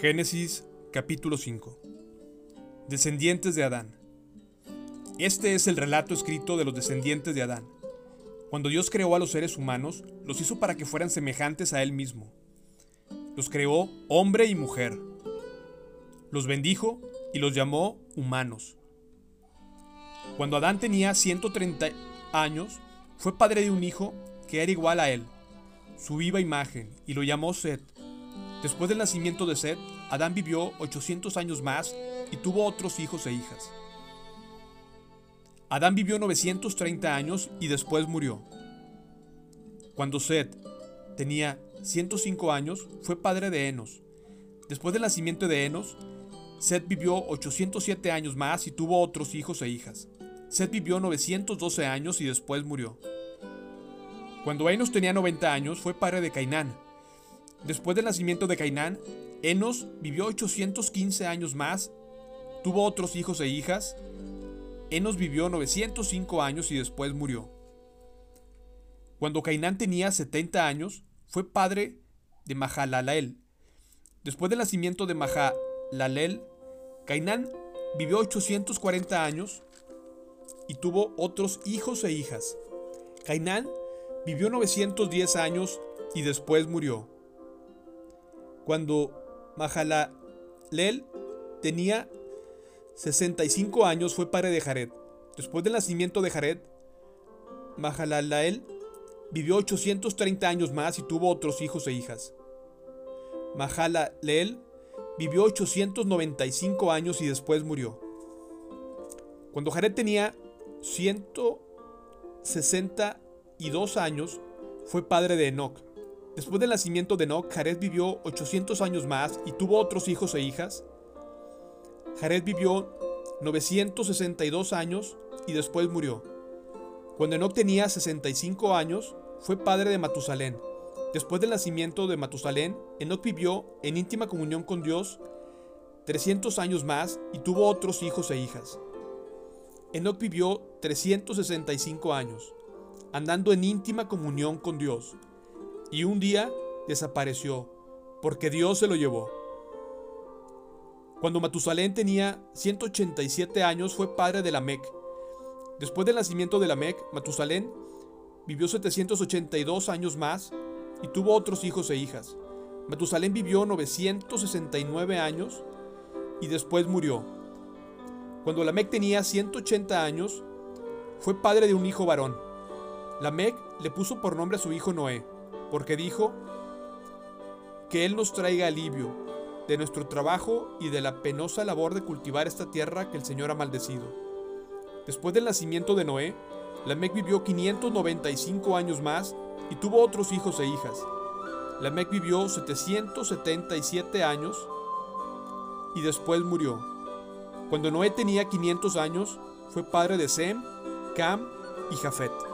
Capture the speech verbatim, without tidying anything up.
Génesis capítulo cinco. Descendientes de Adán. Este es el relato escrito de los descendientes de Adán. Cuando Dios creó a los seres humanos, los hizo para que fueran semejantes a Él mismo. Los creó hombre y mujer. Los bendijo y los llamó humanos. Cuando Adán tenía ciento treinta años, fue padre de un hijo que era igual a él, su viva imagen, y lo llamó Set. Después del nacimiento de Set, Adán vivió ochocientos años más y tuvo otros hijos e hijas. Adán vivió novecientos treinta años y después murió. Cuando Set tenía ciento cinco años, fue padre de Enos. Después del nacimiento de Enos, Set vivió ochocientos siete años más y tuvo otros hijos e hijas. Set vivió novecientos doce años y después murió. Cuando Enos tenía noventa años, fue padre de Cainán. Después del nacimiento de Cainán, Enos vivió ochocientos quince años más, tuvo otros hijos e hijas. Enos vivió novecientos cinco años y después murió. Cuando Cainán tenía setenta años, fue padre de Mahalaleel. Después del nacimiento de Mahalaleel, Cainán vivió ochocientos cuarenta años y tuvo otros hijos e hijas. Cainán vivió novecientos diez años y después murió. Cuando Mahalaleel tenía sesenta y cinco años, fue padre de Jared. Después del nacimiento de Jared, Mahalaleel vivió ochocientos treinta años más y tuvo otros hijos e hijas. Mahalaleel vivió ochocientos noventa y cinco años y después murió. Cuando Jared tenía ciento sesenta y dos años, fue padre de Enoc. Después del nacimiento de Enoc, Jared vivió ochocientos años más y tuvo otros hijos e hijas. Jared vivió novecientos sesenta y dos años y después murió. Cuando Enoc tenía sesenta y cinco años, fue padre de Matusalén. Después del nacimiento de Matusalén, Enoc vivió en íntima comunión con Dios trescientos años más y tuvo otros hijos e hijas. Enoc vivió trescientos sesenta y cinco años, andando en íntima comunión con Dios, y un día desapareció, porque Dios se lo llevó. Cuando Matusalén tenía ciento ochenta y siete años, fue padre de Lamec. Después del nacimiento de Lamec, Matusalén vivió setecientos ochenta y dos años más y tuvo otros hijos e hijas. Matusalén vivió novecientos sesenta y nueve años y después murió. Cuando Lamec tenía ciento ochenta años, fue padre de un hijo varón. Lamec le puso por nombre a su hijo Noé, porque dijo: que él nos traiga alivio de nuestro trabajo y de la penosa labor de cultivar esta tierra que el Señor ha maldecido. Después del nacimiento de Noé, Lamec vivió quinientos noventa y cinco años más y tuvo otros hijos e hijas. Lamec vivió setecientos setenta y siete años y después murió. Cuando Noé tenía quinientos años, fue padre de Sem, Cam y Jafet.